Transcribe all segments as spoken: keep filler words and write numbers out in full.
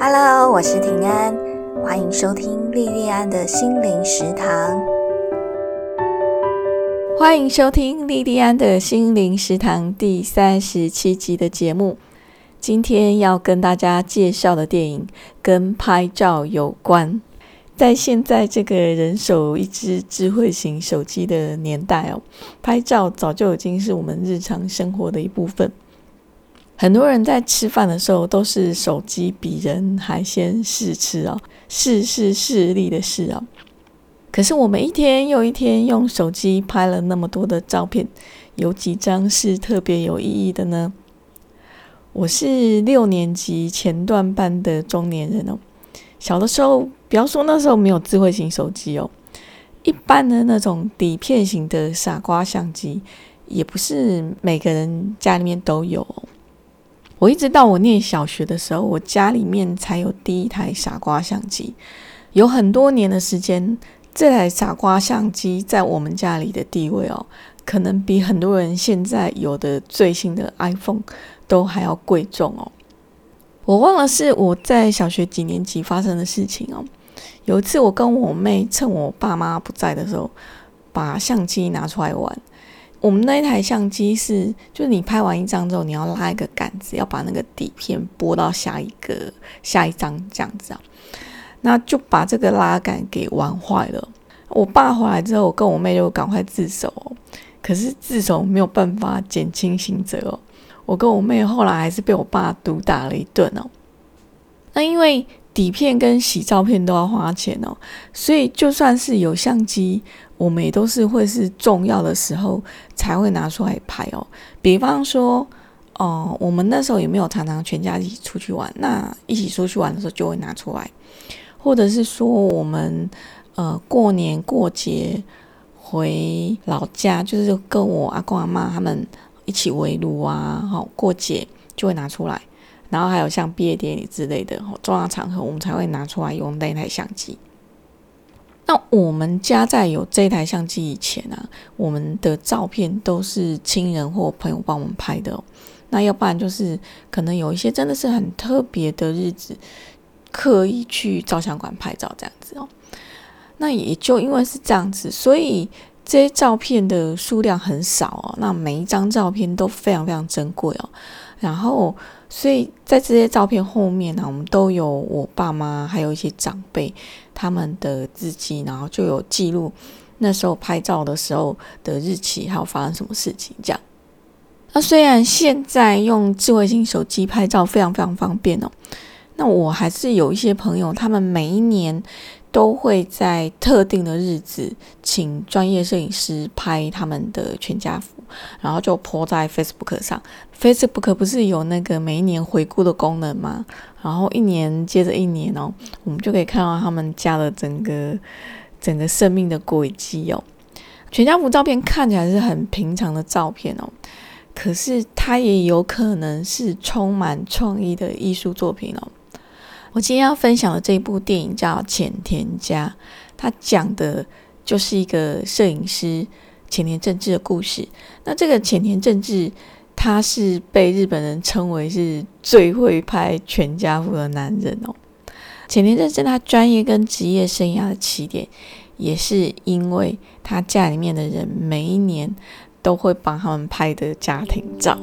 Hello， 我是庭安，欢迎收听莉莉安的心灵食堂。欢迎收听莉莉安的心灵食堂第三十七集的节目。今天要跟大家介绍的电影跟拍照有关。在现在这个人手一只智慧型手机的年代哦，拍照早就已经是我们日常生活的一部分。很多人在吃饭的时候都是手机比人还先试吃哦，试是视力的视哦。可是我们一天又一天用手机拍了那么多的照片，有几张是特别有意义的呢？我是六年级前段班的中年人哦。小的时候，不要说那时候没有智慧型手机哦，一般的那种底片型的傻瓜相机，也不是每个人家里面都有哦。我一直到我念小学的时候，我家里面才有第一台傻瓜相机。有很多年的时间，这台傻瓜相机在我们家里的地位哦，可能比很多人现在有的最新的 iPhone 都还要贵重哦。我忘了是我在小学几年级发生的事情哦。有一次我跟我妹趁我爸妈不在的时候，把相机拿出来玩。我们那一台相机是，就是你拍完一张之后，你要拉一个杆子，要把那个底片拨到下一个下一张这样子啊。那就把这个拉杆给玩坏了。我爸回来之后，我跟我妹就赶快自首哦。可是自首没有办法减轻刑责哦。我跟我妹后来还是被我爸毒打了一顿哦。那因为底片跟洗照片都要花钱哦，所以就算是有相机，我们也都是会是重要的时候才会拿出来拍哦。比方说，哦、呃，我们那时候也没有常常全家一起出去玩，那一起出去玩的时候就会拿出来，或者是说我们呃过年过节回老家，就是跟我阿公阿嬷他们一起围炉啊，好过节就会拿出来，然后还有像毕业典礼之类的重要场合，我们才会拿出来用那台相机。那我们家在有这台相机以前啊，我们的照片都是亲人或朋友帮我们拍的哦。那要不然就是可能有一些真的是很特别的日子，刻意去照相馆拍照这样子哦。那也就因为是这样子，所以这些照片的数量很少哦，那每一张照片都非常非常珍贵哦。然后，所以在这些照片后面呢、啊，我们都有我爸妈还有一些长辈他们的字迹，然后就有记录那时候拍照的时候的日期，还有发生什么事情这样。那虽然现在用智慧型手机拍照非常非常方便哦，那我还是有一些朋友，他们每一年都会在特定的日子请专业摄影师拍他们的全家福，然后就 po 在 Facebook 上。Facebook 不是有那个每一年回顾的功能吗？然后一年接着一年哦，我们就可以看到他们家的整个整个生命的轨迹哦。全家福照片看起来是很平常的照片哦，可是它也有可能是充满创意的艺术作品哦。我今天要分享的这一部电影叫《浅田家》，它讲的就是一个摄影师浅田正治的故事。那这个浅田正治，他是被日本人称为是最会拍全家福的男人哦。浅田正治他专业跟职业生涯的起点，也是因为他家里面的人每一年都会帮他们拍的家庭照。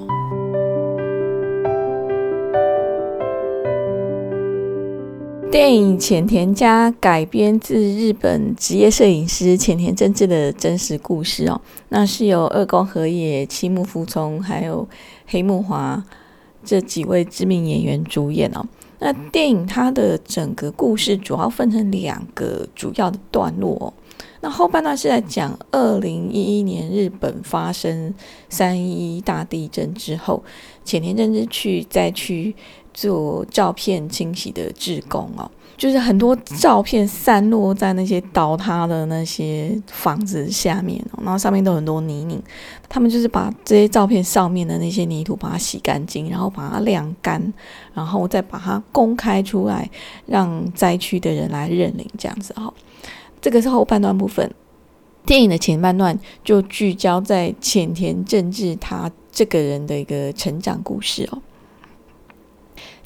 电影《浅田家》改编自日本职业摄影师浅田正治的真实故事哦，那是由二宫和也、妻木福聪还有黑木华这几位知名演员主演哦。那电影它的整个故事主要分成两个主要的段落哦。那后半段是在讲二零一一年日本发生三一一大地震之后，浅田正治去再去做照片清洗的志工哦，就是很多照片散落在那些倒塌的那些房子下面哦，然后上面都有很多泥泞，他们就是把这些照片上面的那些泥土把它洗干净，然后把它晾干，然后再把它公开出来，让灾区的人来认领这样子哦。这个是后半段部分。电影的前半段就聚焦在浅田正治他这个人的一个成长故事哦。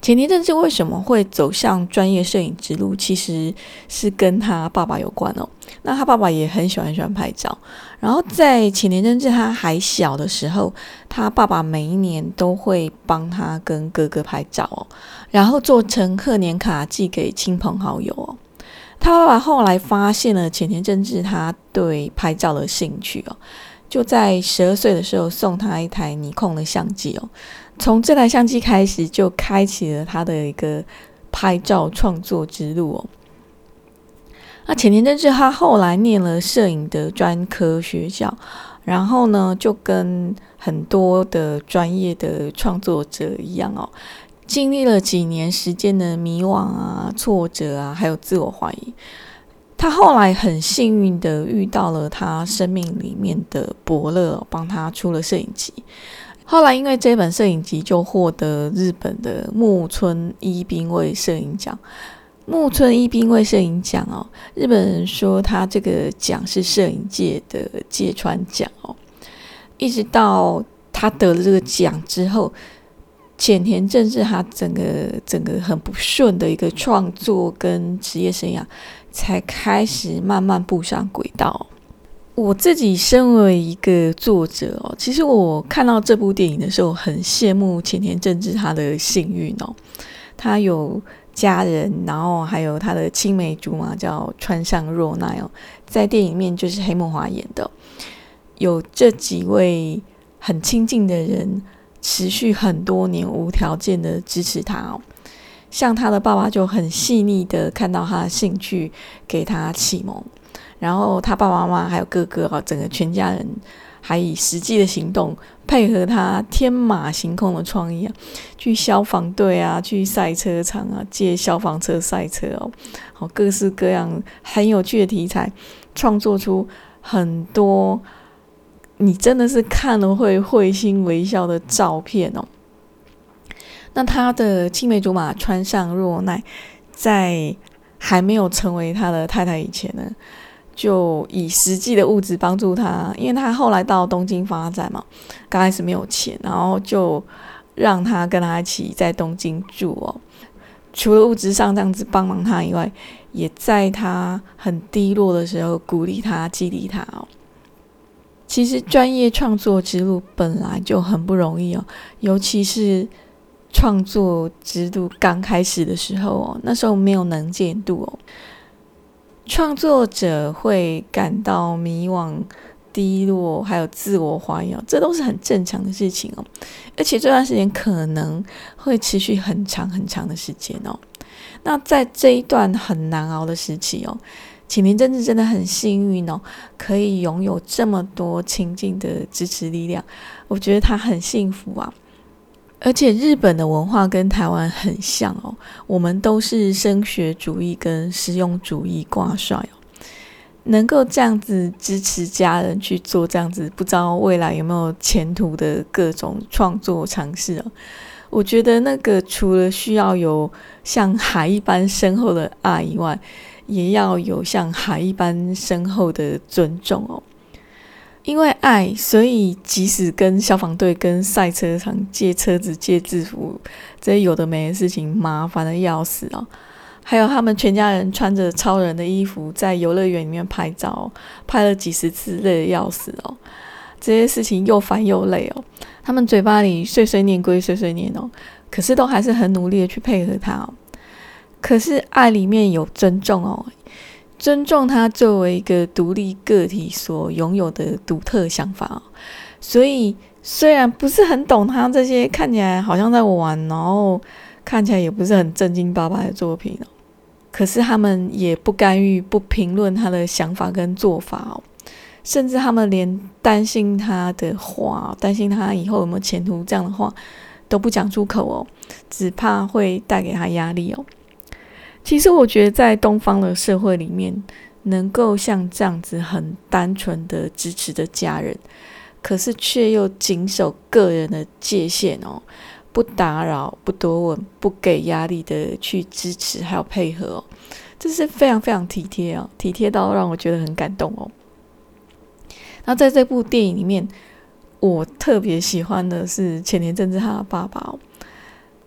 前田正治为什么会走向专业摄影之路，其实是跟他爸爸有关哦。那他爸爸也很喜欢很喜欢拍照，然后在前田正治他还小的时候，他爸爸每一年都会帮他跟哥哥拍照哦，然后做成贺年卡寄给亲朋好友哦。他爸爸后来发现了前田正治他对拍照的兴趣哦，就在十二岁的时候送他一台尼康的相机哦。从这台相机开始，就开启了他的一个拍照创作之路哦。那前田正治他后来念了摄影的专科学校，然后呢，就跟很多的专业的创作者一样哦，经历了几年时间的迷惘啊、挫折啊，还有自我怀疑。他后来很幸运的遇到了他生命里面的伯乐哦，帮他出了摄影集。后来因为这本摄影集就获得日本的木村一兵卫摄影奖。木村一兵卫摄影奖哦，日本人说他这个奖是摄影界的芥川奖哦。一直到他得了这个奖之后，前田正治他整个整个很不顺的一个创作跟职业生涯才开始慢慢步上轨道。我自己身为一个作者哦，其实我看到这部电影的时候很羡慕前田正治他的幸运哦，他有家人，然后还有他的青梅竹马叫川上若奈哦，在电影里面就是黑木华演的，有这几位很亲近的人持续很多年无条件的支持他哦。像他的爸爸就很细腻的看到他的兴趣，给他启蒙，然后他爸爸妈妈还有哥哥哦，整个全家人还以实际的行动配合他天马行空的创意啊，去消防队啊，去赛车场啊，借消防车赛车哦，好各式各样很有趣的题材，创作出很多你真的是看了会会心微笑的照片哦。那他的青梅竹马川上若奈，在还没有成为他的太太以前呢，就以实际的物质帮助他，因为他后来到东京发展嘛，刚开始没有钱，然后就让他跟他一起在东京住哦。除了物质上这样子帮忙他以外，也在他很低落的时候鼓励他、激励他哦。其实专业创作之路本来就很不容易哦，尤其是创作之路刚开始的时候哦，那时候没有能见度哦，创作者会感到迷惘、低落，还有自我怀疑哦，这都是很正常的事情哦。而且这段时间可能会持续很长很长的时间哦。那在这一段很难熬的时期哦，前田正治真的很幸运哦，可以拥有这么多亲近的支持力量，我觉得他很幸福啊。而且日本的文化跟台湾很像哦，我们都是升学主义跟实用主义挂帅哦，能够这样子支持家人去做这样子不知道未来有没有前途的各种创作尝试哦，我觉得那个除了需要有像海一般深厚的爱以外，也要有像海一般深厚的尊重哦。因为爱，所以即使跟消防队、跟赛车场借车子、借制服，这些有的没的事情，麻烦的要死哦。还有他们全家人穿着超人的衣服在游乐园里面拍照哦，拍了几十次，累得要死哦。这些事情又烦又累哦。他们嘴巴里碎碎念归碎碎念哦，可是都还是很努力的去配合他哦。可是爱里面有尊重哦。尊重他作为一个独立个体所拥有的独特想法哦，所以虽然不是很懂他这些看起来好像在玩，然后看起来也不是很正经八百的作品哦，可是他们也不干预、不评论他的想法跟做法哦，甚至他们连担心他的话、担心他以后有没有前途这样的话都不讲出口哦，只怕会带给他压力哦。其实我觉得在东方的社会里面，能够像这样子很单纯的支持的家人，可是却又谨守个人的界限哦，不打扰、不多问、不给压力的去支持还有配合哦，这是非常非常体贴哦，体贴到让我觉得很感动哦。那在这部电影里面，我特别喜欢的是前田正治他的爸爸哦。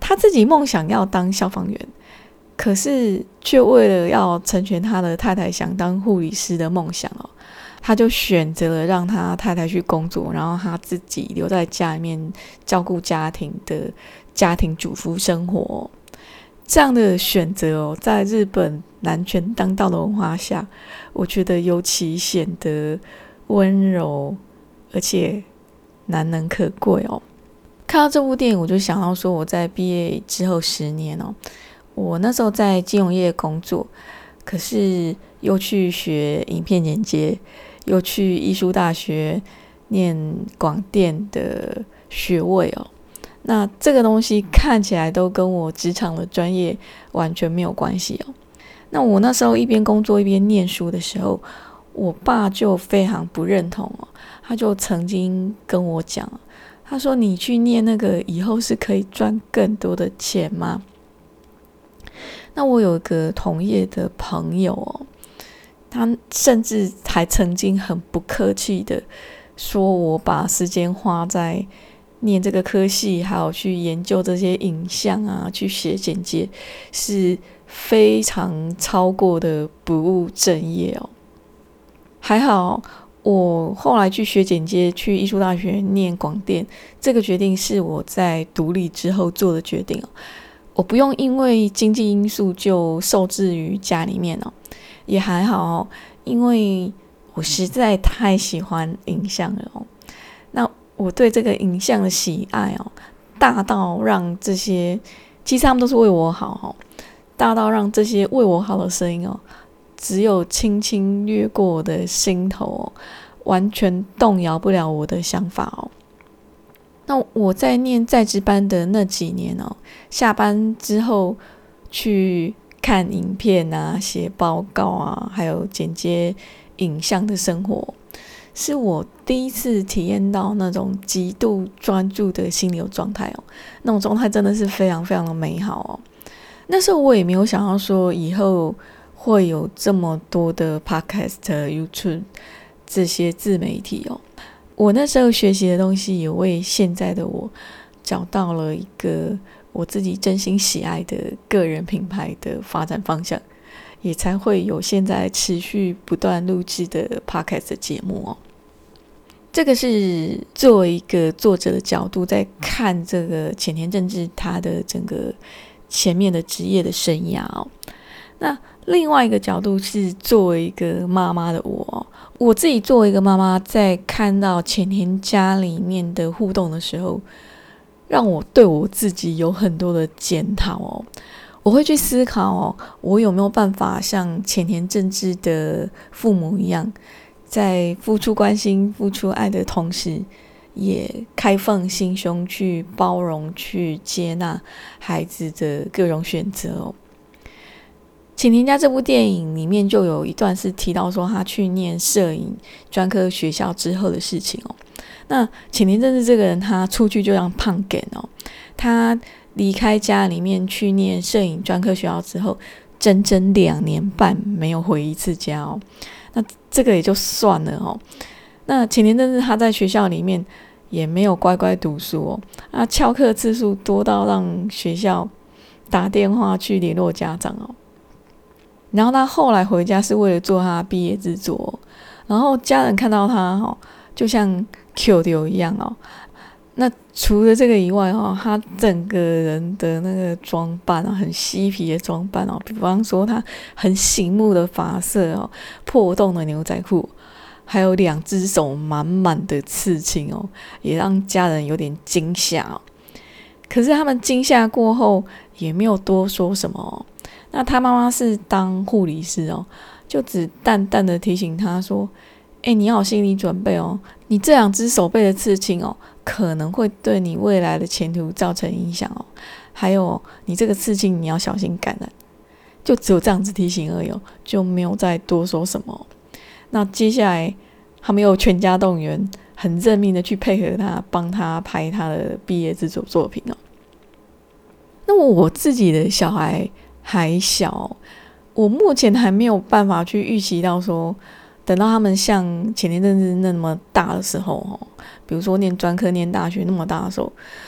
他自己梦想要当消防员，可是却为了要成全他的太太想当护理师的梦想哦，他就选择了让他太太去工作，然后他自己留在家里面照顾家庭的家庭主妇生活哦。这样的选择哦，在日本男权当道的文化下，我觉得尤其显得温柔，而且难能可贵哦。看到这部电影，我就想到说，我在毕业之后十年哦，我那时候在金融业工作，可是又去学影片剪接，又去艺术大学念广电的学位哦。那这个东西看起来都跟我职场的专业完全没有关系哦。那我那时候一边工作一边念书的时候，我爸就非常不认同哦，他就曾经跟我讲，他说你去念那个以后是可以赚更多的钱吗？那我有一个同业的朋友哦，他甚至还曾经很不客气的说我把时间花在念这个科系，还有去研究这些影像啊，去写简介，是非常超过的不务正业哦。还好我后来去学简介，去艺术大学念广电，这个决定是我在独立之后做的决定哦。我不用因为经济因素就受制于家里面哦，也还好哦，因为我实在太喜欢影像了哦。那我对这个影像的喜爱哦，大到让这些，其实他们都是为我好哦，大到让这些为我好的声音哦，只有轻轻掠过我的心头哦，完全动摇不了我的想法哦。那我在念在职班的那几年哦，下班之后去看影片啊，写报告啊，还有剪接影像的生活，是我第一次体验到那种极度专注的心流状态哦，那种状态真的是非常非常的美好哦。那时候我也没有想到说以后会有这么多的 podcast、YouTube 这些自媒体哦。我那时候学习的东西也为现在的我找到了一个我自己真心喜爱的个人品牌的发展方向，也才会有现在持续不断录制的 podcast 的节目哦。这个是作为一个作者的角度在看这个浅田正治他的整个前面的职业的生涯哦。那另外一个角度是作为一个妈妈的我哦，我自己作为一个妈妈，在看到浅田家里面的互动的时候，让我对我自己有很多的检讨哦。我会去思考哦，我有没有办法像浅田正治的父母一样，在付出关心、付出爱的同时，也开放心胸去包容、去接纳孩子的各种选择哦。浅田家这部电影里面就有一段是提到说他去念摄影专科学校之后的事情哦。那浅田正治这个人，他出去就像胖梗哦，他离开家里面去念摄影专科学校之后，整整两年半没有回一次家哦。那这个也就算了哦。那浅田正治他在学校里面也没有乖乖读书哦，啊，翘课次数多到让学校打电话去联络家长哦。然后他后来回家是为了做他毕业制作，然后家人看到他哦，就像 Q 丢一样哦。那除了这个以外哦，他整个人的那个装扮啊，很嬉皮的装扮哦，比方说他很醒目的发色哦，破洞的牛仔裤，还有两只手满满的刺青哦，也让家人有点惊吓哦。可是他们惊吓过后也没有多说什么哦。那他妈妈是当护理师哦，就只淡淡的提醒他说：“哎，你要有心理准备哦，你这两只手背的刺青哦，可能会对你未来的前途造成影响哦。还有，你这个刺青你要小心感染。”就只有这样子提醒而已哦，就没有再多说什么哦。那接下来他们又全家动员，很认命的去配合他，帮他拍他的毕业制作作品哦。那我自己的小孩还小，我目前还没有办法去预期到说，等到他们像浅田正治那么大的时候，比如说念专科、念大学那么大的时候，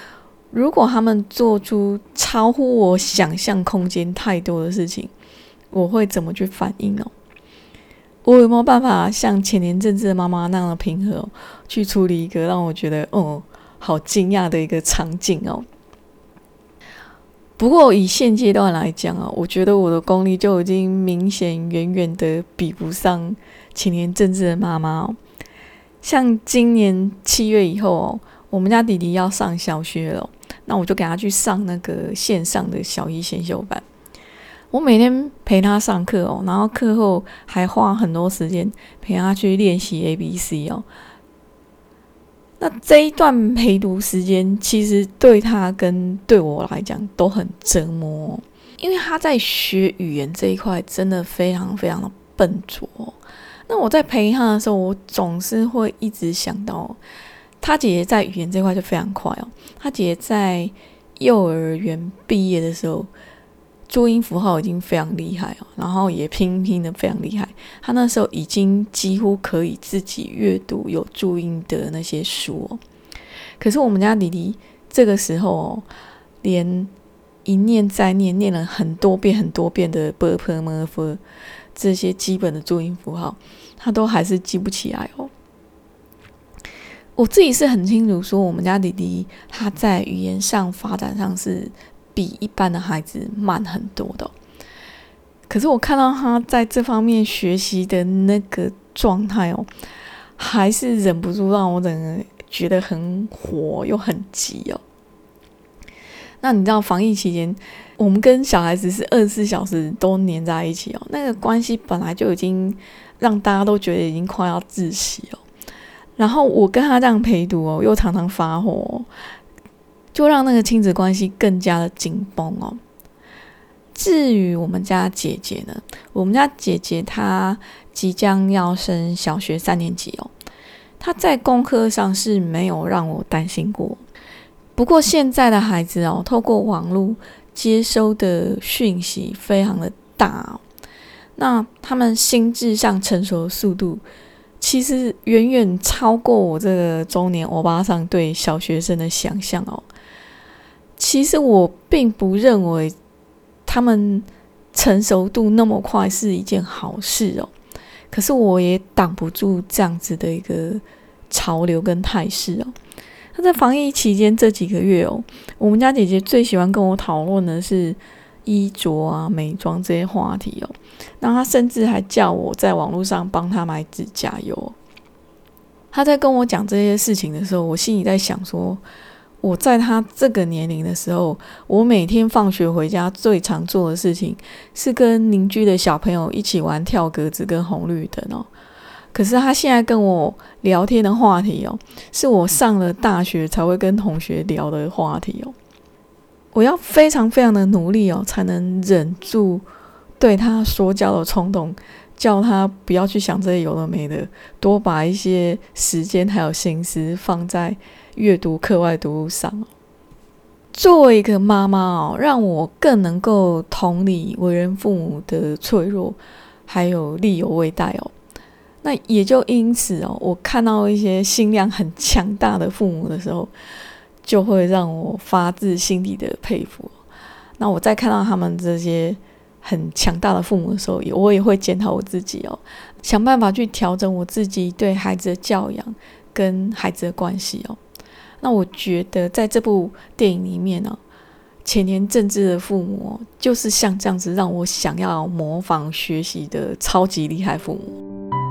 如果他们做出超乎我想象空间太多的事情，我会怎么去反应哦？我有没有办法像前田正治的妈妈那样的平和、哦、去处理一个让我觉得哦好惊讶的一个场景哦？不过以现阶段来讲啊，我觉得我的功力就已经明显远远的比不上前田正治的妈妈哦。像今年七月以后哦，我们家弟弟要上小学了，那我就给他去上那个线上的小一先修班。我每天陪他上课哦，然后课后还花很多时间陪他去练习 A B C 哦。那这一段陪读时间，其实对他跟对我来讲都很折磨哦，因为他在学语言这一块真的非常非常的笨拙哦。那我在陪他的时候，我总是会一直想到，他姐姐在语言这块就非常快哦。他姐姐在幼儿园毕业的时候，注音符号已经非常厉害哦，然后也拼拼的非常厉害。他那时候已经几乎可以自己阅读有注音的那些书哦。可是我们家弟弟这个时候哦，连一念再念，念了很多遍很多遍的 b p m f 这些基本的注音符号，他都还是记不起来哦。我自己是很清楚说，我们家弟弟他在语言上发展上是比一般的孩子慢很多的哦，可是我看到他在这方面学习的那个状态哦，还是忍不住让我整个觉得很火又很急哦。那你知道防疫期间，我们跟小孩子是二十四小时都黏在一起哦，那个关系本来就已经让大家都觉得已经快要窒息哦。然后我跟他这样陪读哦，又常常发火哦，就让那个亲子关系更加的紧绷哦。至于我们家姐姐呢，我们家姐姐她即将要升小学三年级哦，她在功课上是没有让我担心过。不过现在的孩子哦，透过网络接收的讯息非常的大哦，那他们心智上成熟的速度，其实远远超过我这个中年欧巴桑对小学生的想象哦。其实我并不认为他们成熟度那么快是一件好事哦，可是我也挡不住这样子的一个潮流跟态势哦。那在防疫期间这几个月哦，我们家姐姐最喜欢跟我讨论的是衣着啊、美妆这些话题哦。那她甚至还叫我在网络上帮她买指甲油哦。她在跟我讲这些事情的时候，我心里在想说，我在她这个年龄的时候，我每天放学回家最常做的事情是跟邻居的小朋友一起玩跳格子跟红绿灯哦。可是他现在跟我聊天的话题哦，是我上了大学才会跟同学聊的话题哦。我要非常非常的努力哦，才能忍住对他说教的冲动，叫他不要去想这些有的没的，多把一些时间还有心思放在阅读课外读物上哦。作为一个妈妈哦，让我更能够同理为人父母的脆弱，还有力有未逮哦。那也就因此哦，我看到一些心量很强大的父母的时候，就会让我发自心底的佩服。那我在看到他们这些很强大的父母的时候，我也会检讨我自己哦，想办法去调整我自己对孩子的教养跟孩子的关系哦。那我觉得在这部电影里面哦，前田正治的父母哦，就是像这样子让我想要模仿学习的超级厉害父母。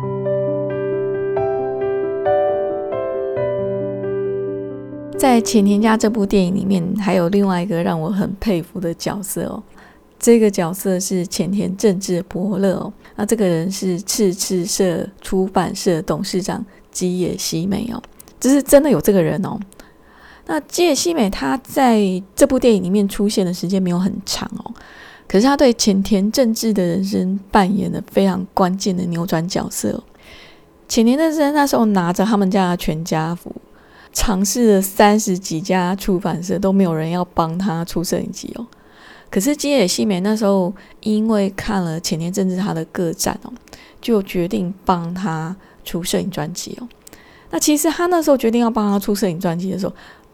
在前田家这部电影里面，还有另外一个让我很佩服的角色哦。这个角色是前田正治伯乐哦。那这个人是赤赤社出版社董事长基野希美哦，这是真的有这个人哦。那基野希美他在这部电影里面出现的时间没有很长哦，可是他对前田正治的人生扮演了非常关键的扭转角色哦。前田正治那时候拿着他们家的全家福，尝试了三十几家出版社，都没有人要帮他出摄影集哦。可是基野希美那时候因为看了前田正治他的个展哦，就决定帮他出摄影专辑哦。那其实他那时候决定要帮他出摄影专辑的时候，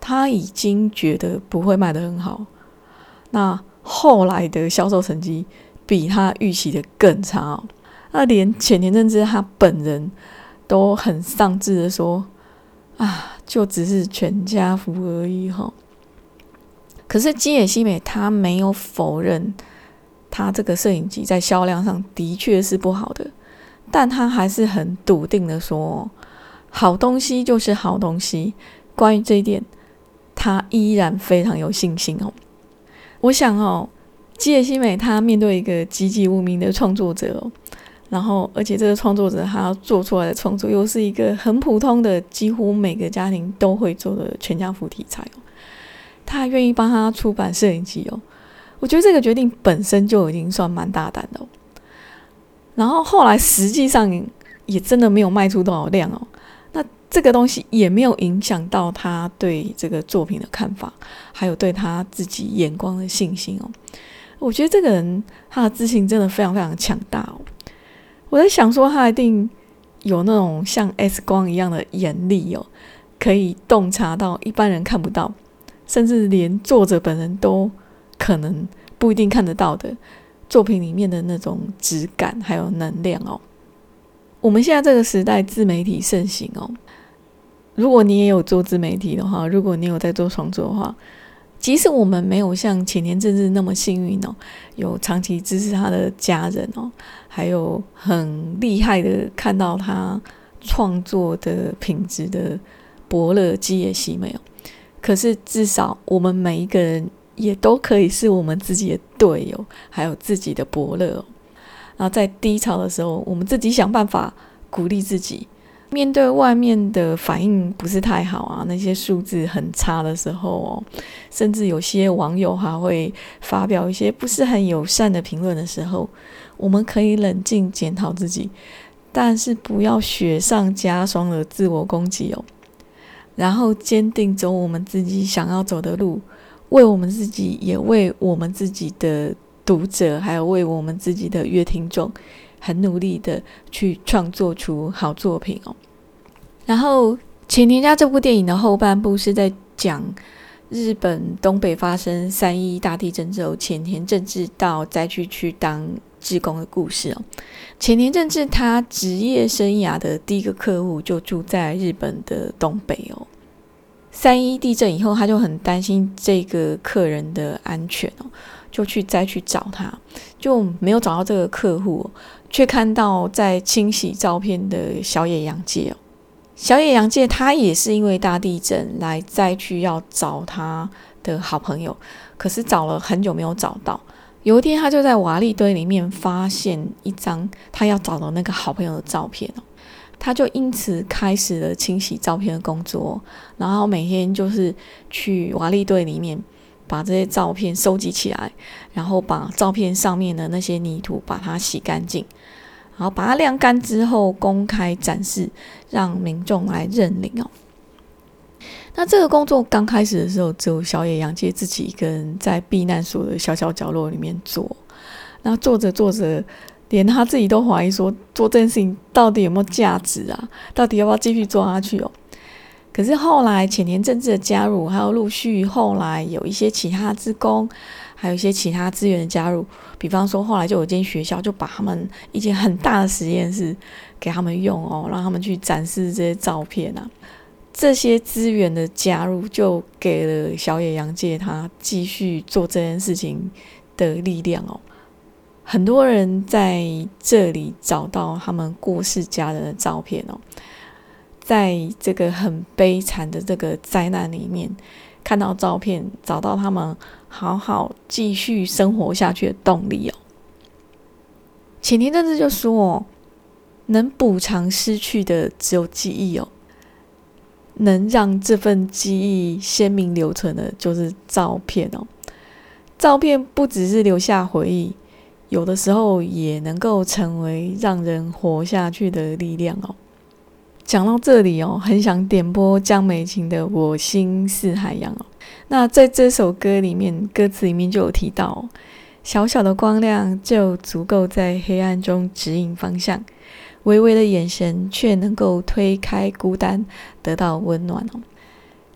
他已经觉得不会卖得很好，那后来的销售成绩比他预期的更差哦。那连浅田正治他本人都很丧志的说啊，就只是全家福而已哈。可是基野希美他没有否认他这个摄影机在销量上的确是不好的，但他还是很笃定的说，好东西就是好东西。关于这一点，他依然非常有信心哦。我想哦，基野希美他面对一个籍籍无名的创作者哦，然后而且这个创作者他做出来的创作又是一个很普通的，几乎每个家庭都会做的全家福题材哦，他还愿意帮他出版摄影机哦。我觉得这个决定本身就已经算蛮大胆的哦。然后后来实际上也真的没有卖出多少量哦。那这个东西也没有影响到他对这个作品的看法，还有对他自己眼光的信心哦。我觉得这个人他的自信真的非常非常强大哦。我在想说他一定有那种像 X 光一样的眼力哦，可以洞察到一般人看不到，甚至连作者本人都可能不一定看得到的作品里面的那种质感还有能量哦。我们现在这个时代自媒体盛行哦，如果你也有做自媒体的话，如果你有在做创作的话，即使我们没有像浅田正治那么幸运哦，有长期支持他的家人哦，还有很厉害的看到他创作的品质的伯乐基野希美哦，可是至少我们每一个人也都可以是我们自己的队友，还有自己的伯乐哦。然后在低潮的时候，我们自己想办法鼓励自己。面对外面的反应不是太好啊，那些数字很差的时候哦，甚至有些网友还会发表一些不是很友善的评论的时候，我们可以冷静检讨自己，但是不要雪上加霜的自我攻击哦。然后坚定走我们自己想要走的路，为我们自己，也为我们自己的读者，还有为我们自己的乐听众，很努力的去创作出好作品哦。然后浅田家这部电影的后半部是在讲日本东北发生三一大地震之后，浅田正治到灾区去当志工的故事哦。浅田正治他职业生涯的第一个客户就住在日本的东北哦。三一地震以后，他就很担心这个客人的安全哦，就去灾区找他，就没有找到这个客户哦，却看到在清洗照片的小野洋介哦。小野洋介他也是因为大地震来灾区要找他的好朋友，可是找了很久没有找到。有一天他就在瓦砾堆里面发现一张他要找的那个好朋友的照片哦，他就因此开始了清洗照片的工作，然后每天就是去瓦砾堆里面把这些照片收集起来，然后把照片上面的那些泥土把它洗干净，然后把它晾干之后公开展示，让民众来认领哦。那这个工作刚开始的时候，只有小野洋介自己一个人在避难所的小小角落里面做，然后做着做着，连他自己都怀疑说，做这件事情到底有没有价值啊？到底要不要继续做下去哦？可是后来浅田正治的加入，还有陆续后来有一些其他志工，还有一些其他资源的加入，比方说后来就有一间学校就把他们一间很大的实验室给他们用哦，让他们去展示这些照片啊。这些资源的加入就给了小野洋介他继续做这件事情的力量哦。很多人在这里找到他们过世家人的照片哦，在这个很悲惨的这个灾难里面看到照片，找到他们好好继续生活下去的动力哦。浅田正治就说哦，能补偿失去的只有记忆哦，能让这份记忆鲜明留存的就是照片哦。照片不只是留下回忆，有的时候也能够成为让人活下去的力量哦。讲到这里哦，很想点播江美琴的《我心似海洋》哦。那在这首歌里面，歌词里面就有提到哦，小小的光亮就足够在黑暗中指引方向，微微的眼神却能够推开孤单，得到温暖哦。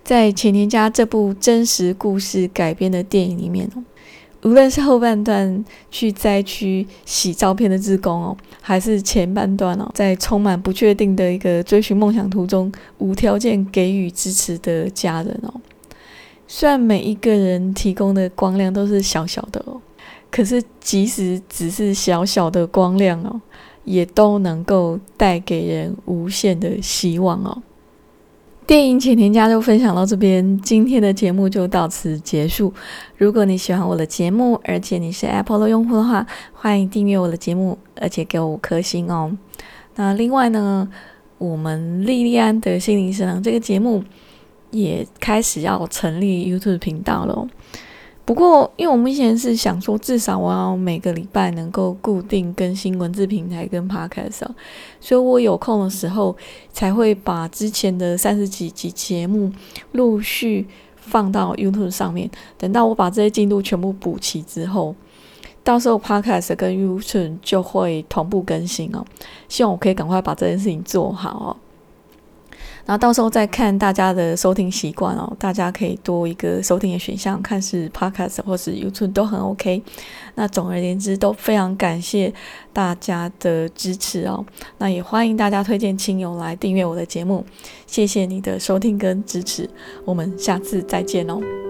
在《钱田家》这部真实故事改编的电影里面哦，无论是后半段去灾区洗照片的志工哦，还是前半段哦，在充满不确定的一个追寻梦想途中无条件给予支持的家人哦。虽然每一个人提供的光亮都是小小的哦，可是即使只是小小的光亮哦，也都能够带给人无限的希望哦。电影《钱田家》就分享到这边，今天的节目就到此结束。如果你喜欢我的节目，而且你是 Apple 的用户的话，欢迎订阅我的节目，而且给我五颗星哦。那另外呢，我们莉莉安的心灵食堂这个节目也开始要成立 YouTube 频道了哦。不过因为我目前是想说至少我要每个礼拜能够固定更新文字平台跟 Podcast 哦，所以我有空的时候才会把之前的三十几集节目陆续放到 YouTube 上面。等到我把这些进度全部补齐之后，到时候 Podcast 跟 YouTube 就会同步更新哦。希望我可以赶快把这件事情做好哦。然后到时候再看大家的收听习惯哦，大家可以多一个收听的选项，看是 Podcast 或是 YouTube 都很 OK。那总而言之，都非常感谢大家的支持哦。那也欢迎大家推荐亲友来订阅我的节目，谢谢你的收听跟支持，我们下次再见哦。